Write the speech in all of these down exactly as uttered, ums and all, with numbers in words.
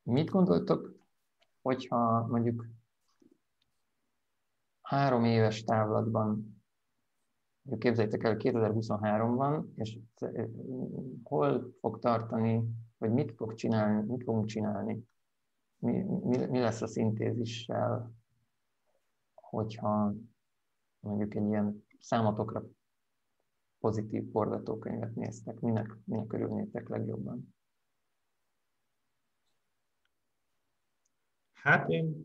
Mit gondoltok, hogyha mondjuk három éves távlatban, képzeljétek el, kétezer-huszonhárom van, és hol fog tartani, vagy mit fog csinálni, mit fogunk csinálni? Mi, mi, mi lesz a szintézissel, hogyha mondjuk egy ilyen számotokra pozitív forgatókönyvet néztek? Minek, minek örülnétek legjobban? Hát én,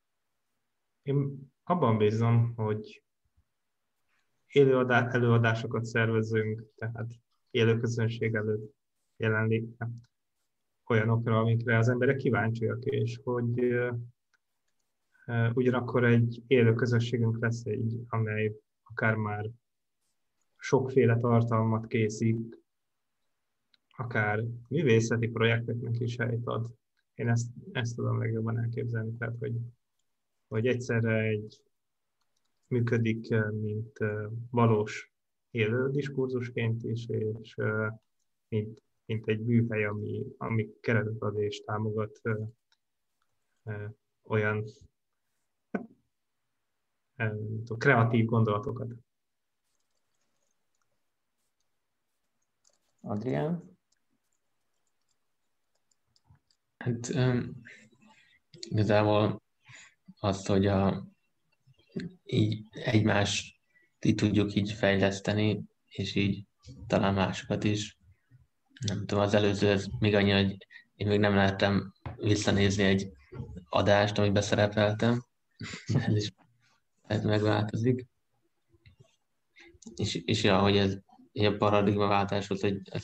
én abban bízom, hogy élő adá- előadásokat szervezünk, tehát élő közönség előtt jelenlétre, olyanokra, amikre az emberek kíváncsiak, és hogy uh, uh, ugyanakkor egy élő közösségünk lesz egy, amely akár már sokféle tartalmat készít, akár művészeti projekteknek is helyt ad. Én ezt, ezt tudom legjobban elképzelni, tehát hogy, hogy egyszerre egy működik, mint valós élő diskurzusként is, és mint, mint egy műhely, ami, ami keretet ad és támogat olyan kreatív gondolatokat. Adrián? Hát um, igazából azt, hogy a, így egymást így tudjuk így fejleszteni, és így talán másokat is. Nem tudom, az előző, ez még annyi, hogy én még nem láttam visszanézni egy adást, amiben szerepeltem. Ez is ez megváltozik. És, és ja, hogy ez egy paradigmaváltás volt, hogy ez,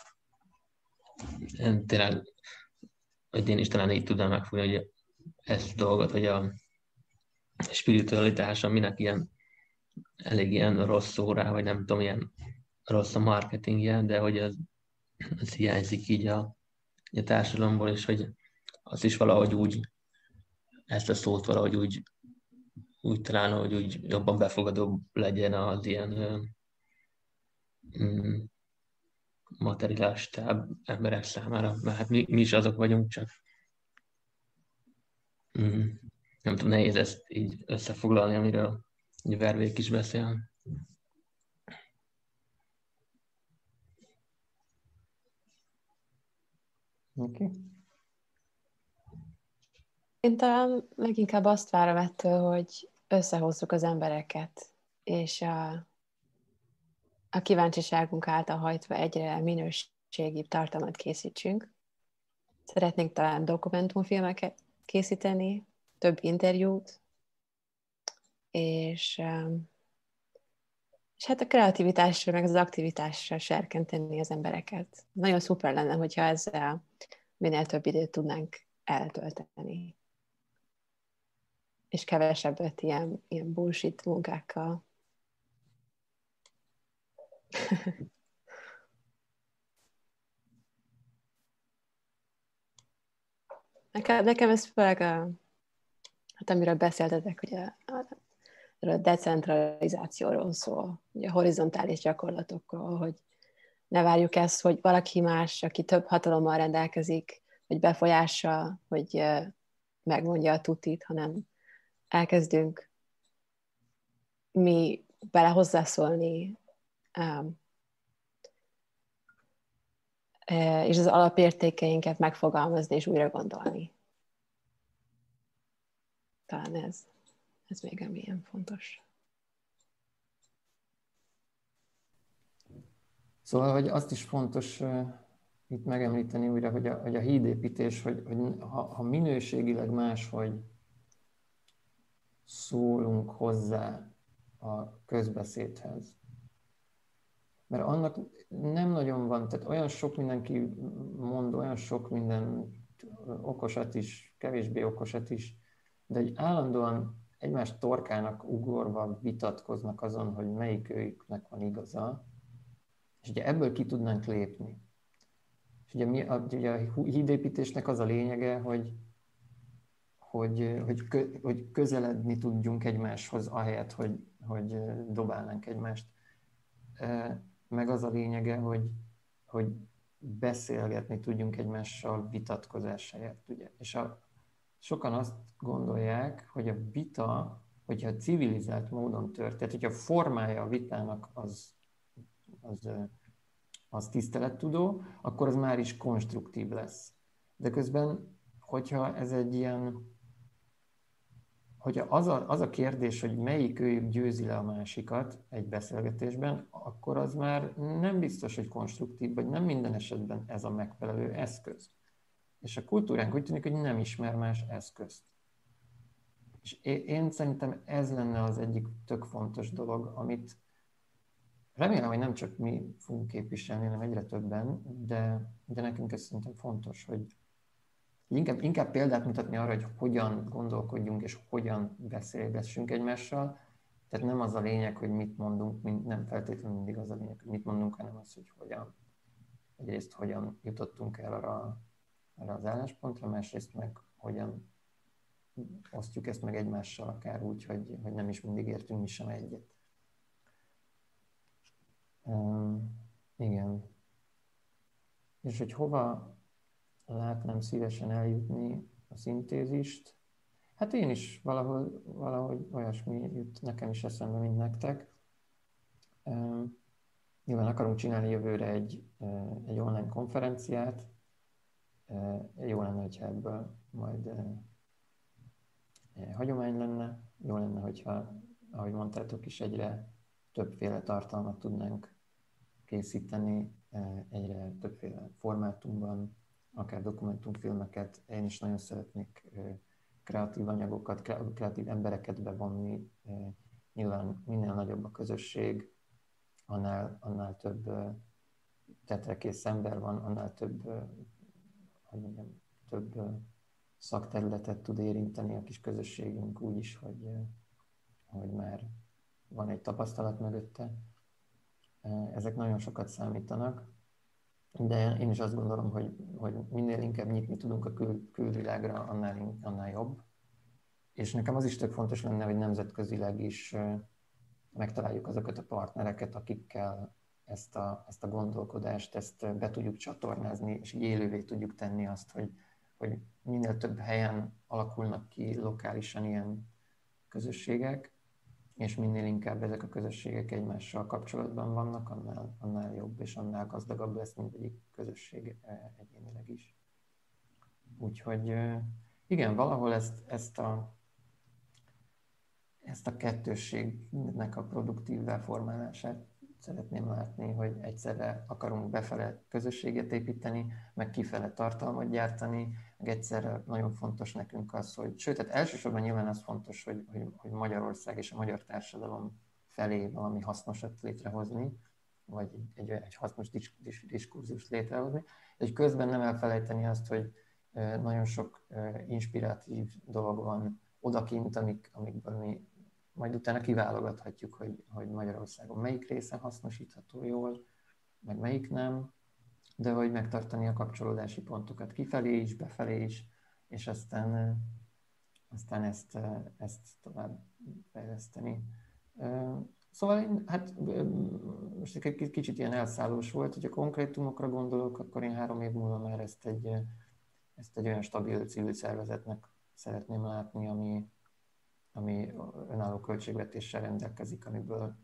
ez tényleg, hogy én is talán így tudnám megfogni, hogy ezt a dolgot, hogy a spiritualitása minek ilyen elég ilyen rossz szó rá, vagy nem tudom, ilyen rossz a marketingje, de hogy ez, ez hiányzik így a, a társadalomból, és hogy azt is valahogy úgy, ezt a szót valahogy úgy, úgy talán, hogy úgy jobban befogadóbb legyen az ilyen mm, materialistább emberek számára, mert hát mi, mi is azok vagyunk, csak mm, nem tudom, nehéz ezt így összefoglalni, amiről így Vervék is beszél. Okay. Én talán leginkább azt várom ettől, hogy összehozzuk az embereket, és a, a kíváncsiságunk által hajtva egyre minőségibb tartalmat készítsünk. Szeretnénk talán dokumentumfilmeket készíteni, több interjút, és, és hát a kreativitásra, meg az aktivitásra serkenteni az embereket. Nagyon szuper lenne, hogyha ezzel minél több időt tudnánk eltölteni. És kevesebbet ilyen, ilyen bullshit munkákkal. nekem, nekem ez főleg a, hát amiről beszéltetek, hogy a, a, a decentralizációról szól, ugye a horizontális gyakorlatokról, hogy ne várjuk ezt, hogy valaki más, aki több hatalommal rendelkezik, vagy befolyással, hogy megmondja a tutit, hanem elkezdünk mi bele hozzászólni, és az alapértékeinket megfogalmazni és újra gondolni. Talán ez, ez még ami ilyen fontos. Szóval, hogy azt is fontos uh, itt megemlíteni újra, hogy a, hogy a hídépítés, hogy, hogy ha, ha minőségileg máshogy szólunk hozzá a közbeszédhez, mert annak nem nagyon van, tehát olyan sok mindenki mond, olyan sok minden okosat is, kevésbé okosat is, de egy állandóan egymás torkának ugorva vitatkoznak azon, hogy melyik őknek van igaza, és ugye ebből ki tudnánk lépni. És ugye, mi, a, ugye a hídépítésnek az a lényege, hogy, hogy, hogy, kö, hogy közeledni tudjunk egymáshoz, ahelyett, hogy, hogy dobálnánk egymást. Meg az a lényege, hogy, hogy beszélgetni tudjunk egymással vitatkozás helyett, ugye. És a, sokan azt gondolják, hogy a vita, hogyha civilizált módon történt, hogyha formája a vitának az, az, az tisztelettudó, akkor az már is konstruktív lesz. De közben, hogyha ez egy ilyen, hogyha az a, az a kérdés, hogy melyik őjük győzi le a másikat egy beszélgetésben, akkor az már nem biztos, hogy konstruktív, vagy nem minden esetben ez a megfelelő eszköz. És a kultúránk úgy tűnik, hogy nem ismer más eszközt. És én szerintem ez lenne az egyik tök fontos dolog, amit remélem, hogy nem csak mi fogunk képviselni, hanem egyre többen, de, de nekünk ez szerintem fontos, hogy inkább, inkább példát mutatni arra, hogy hogyan gondolkodjunk és hogyan beszélgessünk egymással. Tehát nem az a lényeg, hogy mit mondunk, nem feltétlenül mindig az a lényeg, hogy mit mondunk, hanem az, hogy hogyan. Egyrészt hogyan jutottunk el arra, arra az álláspontra, másrészt meg hogyan osztjuk ezt meg egymással, akár úgy, hogy, hogy nem is mindig értünk mi sem egyet. Um, igen. És hogy hova látnám szívesen eljutni a szintézist? Hát én is valahol, valahogy olyasmi jut nekem is eszembe, mint nektek. Um, nyilván akarunk csinálni jövőre egy, uh, egy online konferenciát. Uh, jó lenne, hogyha ebből majd uh, hagyomány lenne. Jó lenne, hogyha, ahogy mondtátok is, egyre többféle tartalmat tudnánk készíteni, egyre többféle formátumban, akár dokumentumfilmeket. Én is nagyon szeretnék kreatív anyagokat, kreatív embereket bevonni. Nyilván minél nagyobb a közösség, annál, annál több tetrekész ember van, annál több, hogy mondjam, több szakterületet tud érinteni a kis közösségünk úgy is, hogy, hogy már van egy tapasztalat mögötte. Ezek nagyon sokat számítanak, de én is azt gondolom, hogy, hogy minél inkább nyitni tudunk a kül, külvilágra, annál, annál jobb. És nekem az is tök fontos lenne, hogy nemzetközileg is megtaláljuk azokat a partnereket, akikkel ezt a, ezt a gondolkodást, ezt be tudjuk csatornázni, és így élővé tudjuk tenni azt, hogy, hogy minél több helyen alakulnak ki lokálisan ilyen közösségek, és minél inkább ezek a közösségek egymással kapcsolatban vannak, annál, annál jobb és annál gazdagabb lesz mindegyik közösség egyénileg is. Úgyhogy igen, valahol ezt, ezt, a, ezt a kettősségnek a produktív formálását szeretném látni, hogy egyszerre akarunk befele közösséget építeni, meg kifele tartalmat gyártani, meg egyszerre nagyon fontos nekünk az, hogy, sőt, tehát elsősorban nyilván az fontos, hogy, hogy, hogy Magyarország és a magyar társadalom felé valami hasznosat létrehozni, vagy egy, egy hasznos diskurzust létrehozni, és közben nem elfelejteni azt, hogy nagyon sok inspiratív dolog van odakint, amik, amikből mi majd utána kiválogathatjuk, hogy, hogy Magyarországon melyik része hasznosítható jól, meg melyik nem, de hogy megtartani a kapcsolódási pontokat kifelé is, befelé is, és aztán, aztán ezt, ezt tovább fejleszteni. Szóval én, hát most egy kicsit ilyen elszállós volt, hogy a konkrétumokra gondolok, akkor én három év múlva már ezt egy, ezt egy olyan stabil civil szervezetnek szeretném látni, ami, ami önálló költségvetéssel rendelkezik, amiből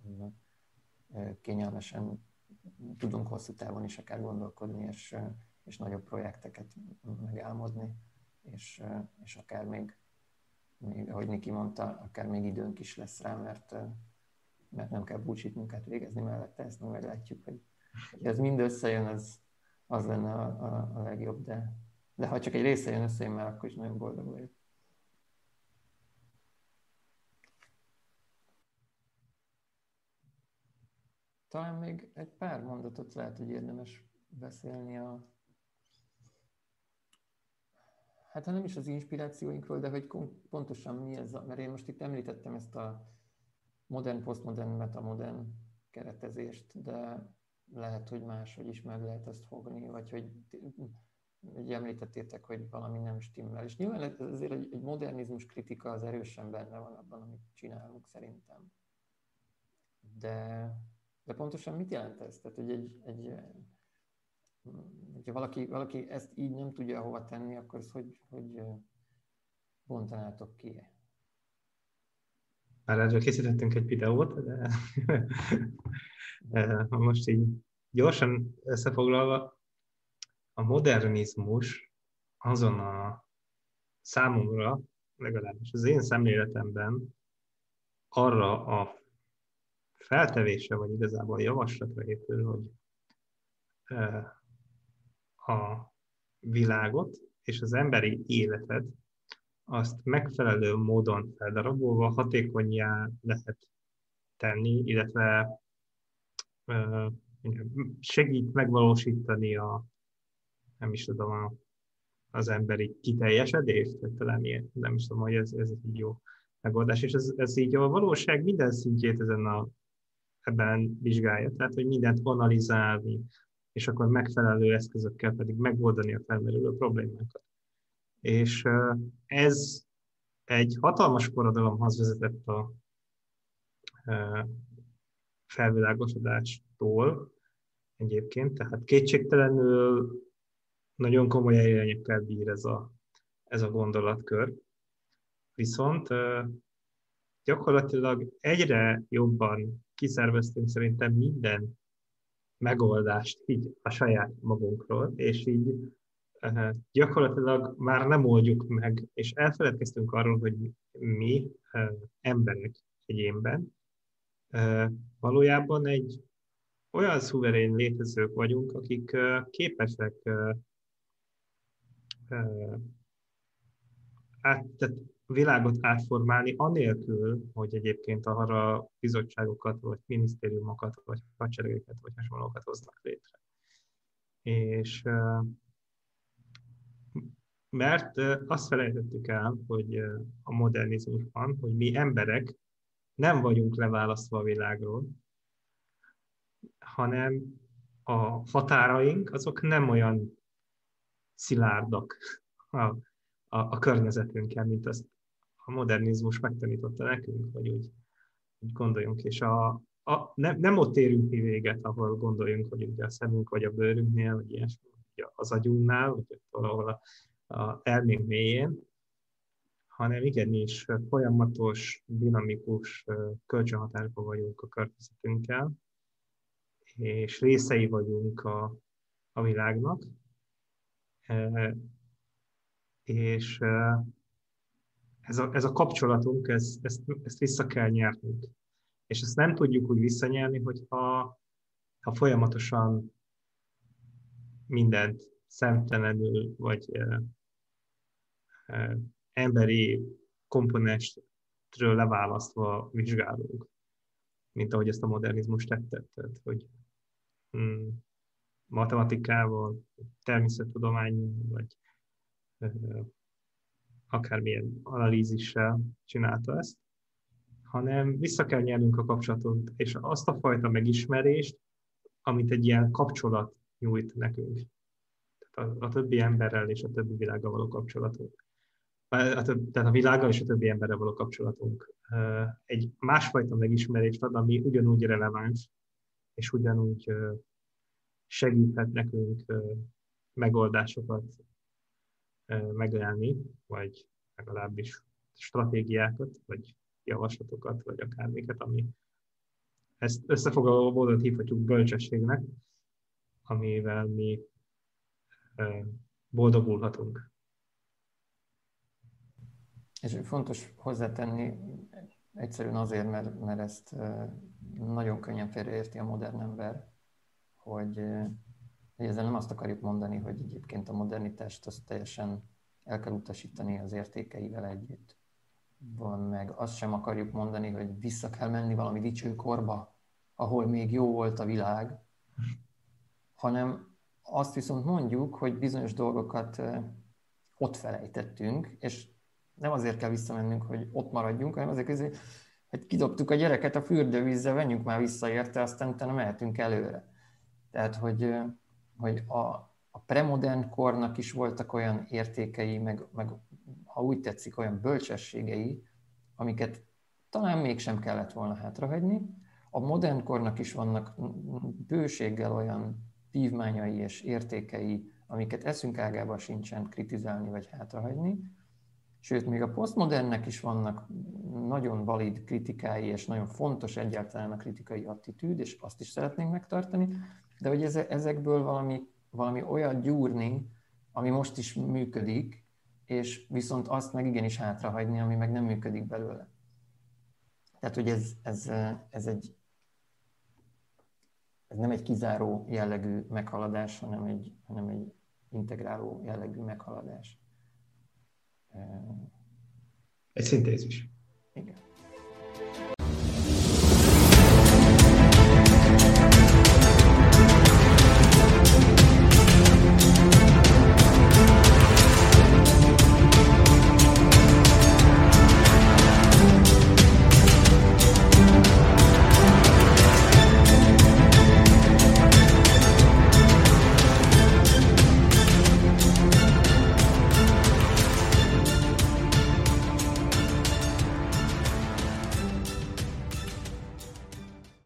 kényelmesen tudunk hosszú távon is akár gondolkodni, és, és nagyobb projekteket megálmodni, és, és akár még, még, ahogy Niki mondta, akár még időnk is lesz rá, mert, mert nem kell bullshit munkát végezni mellette, ezt meg meglátjuk, hogy, hogy ez mind összejön, az, az lenne a, a, a legjobb, de, de ha csak egy része jön össze, én már akkor is nagyon boldog vagyok. Talán még egy pár mondatot lehet, hogy érdemes beszélni a... Hát nem is az inspirációinkról, de hogy pontosan mi ez, a... mert én most itt említettem ezt a modern, posztmodern, metamodern keretezést, de lehet, hogy máshogy is meg lehet ezt fogni, vagy hogy, hogy említettétek, hogy valami nem stimmel. És nyilván azért egy, egy modernizmus kritika az erősen benne van abban, amit csinálunk szerintem. De... De pontosan mit jelent ez? Tehát, hogy egy, egy, hogyha valaki, valaki ezt így nem tudja hova tenni, akkor ezt hogy, hogy bontanátok ki? Már erről készítettünk egy videót, de most így gyorsan összefoglalva, a modernizmus azon a számomra, legalábbis az én szemléletemben arra a feltevése, vagy igazából a javaslatra épül, hogy a világot és az emberi életet azt megfelelő módon feldarabolva hatékonnyá lehet tenni, illetve segít megvalósítani a, nem is tudom, a, az emberi kiteljesedést, vagy talán ilyen, nem is tudom, hogy ez, ez egy jó megoldás, és ez, ez így a valóság minden szintjét ezen a, ebben vizsgálja, tehát, hogy mindent analizálni, és akkor megfelelő eszközökkel pedig megoldani a felmerülő problémákat. És ez egy hatalmas forradalomhoz vezetett a felvilágosodástól egyébként, tehát kétségtelenül nagyon komoly előnyökkel bír ez a, ez a gondolatkör. Viszont gyakorlatilag egyre jobban kiszerveztünk szerintem minden megoldást így a saját magunkról, és így gyakorlatilag már nem oldjuk meg, és elfeledkeztünk arról, hogy mi emberek egyénben valójában egy olyan szuverén létezők vagyunk, akik képesek át, tehát világot átformálni, anélkül, hogy egyébként arra bizottságokat, vagy minisztériumokat, vagy hadseregeket, vagy hasonlókat hoznak létre. És mert azt felejtettük el, hogy a modernizmusban, hogy mi emberek nem vagyunk leválasztva a világról, hanem a határaink azok nem olyan szilárdak a, a, a környezetünkkel, mint azt a modernizmus megtanította nekünk, vagy úgy, úgy gondoljunk. És a, a, nem, nem ott érünk mi véget, ahol gondoljunk, hogy ugye a szemünk, vagy a bőrünknél, vagy ilyesmi, az agyunknál, vagy valahol a, a elménk mélyén, hanem igenis folyamatos, dinamikus kölcsönhatásban vagyunk a környezetünkkel, és részei vagyunk a, a világnak, e, és ez a, ez a kapcsolatunk, ez, ezt, ezt vissza kell nyernünk. És ezt nem tudjuk úgy visszanyerni, hogyha ha folyamatosan mindent szemtelenül, vagy e, e, emberi komponensről leválasztva vizsgálunk, mint ahogy ezt a modernizmus tette, tehát, hogy mm, matematikával, természettudománnyal, vagy e, akármilyen analízissel csinálta ezt, hanem vissza kell nyernünk a kapcsolatot, és azt a fajta megismerést, amit egy ilyen kapcsolat nyújt nekünk. Tehát a, a többi emberrel és a többi világgal való kapcsolatunk. A több, tehát a világgal és a többi emberrel való kapcsolatunk egy másfajta megismerést ad, ami ugyanúgy releváns, és ugyanúgy segíthet nekünk megoldásokat megölni, vagy legalábbis stratégiákat, vagy javaslatokat, vagy akármiket, ami ezt összefoglaló módon hívhatjuk bölcsességnek, amivel mi boldogulhatunk. És fontos hozzátenni, egyszerűen azért, mert, mert ezt nagyon könnyen félreérti a modern ember, hogy, hogy ezzel nem azt akarjuk mondani, hogy egyébként a modernitást azt teljesen el kell utasítani az értékeivel együtt. Van meg azt sem akarjuk mondani, hogy vissza kell menni valami dicsőkorba, ahol még jó volt a világ, hanem azt viszont mondjuk, hogy bizonyos dolgokat ott felejtettünk, és nem azért kell visszamennünk, hogy ott maradjunk, hanem azért, hogy hát kidobtuk a gyereket a fürdővízzel, venjünk már vissza érte, aztán utána mehetünk előre. Tehát, hogy, hogy a, a premodern kornak is voltak olyan értékei, meg, meg ha úgy tetszik, olyan bölcsességei, amiket talán mégsem kellett volna hátrahagyni. A modern kornak is vannak bőséggel olyan vívmányai és értékei, amiket eszünk ágában sincsen kritizálni vagy hátrahagyni. Sőt, még a posztmodernnek is vannak nagyon valid kritikái, és nagyon fontos egyáltalán a kritikai attitűd, és azt is szeretnénk megtartani, de hogy ezekből valami, valami olyat gyúrni, ami most is működik, és viszont azt meg igenis hátrahagyni, ami meg nem működik belőle. Tehát, hogy ez, ez, ez, egy, ez nem egy kizáró jellegű meghaladás, hanem egy, hanem egy integráló jellegű meghaladás. Egy szintézis. Igen.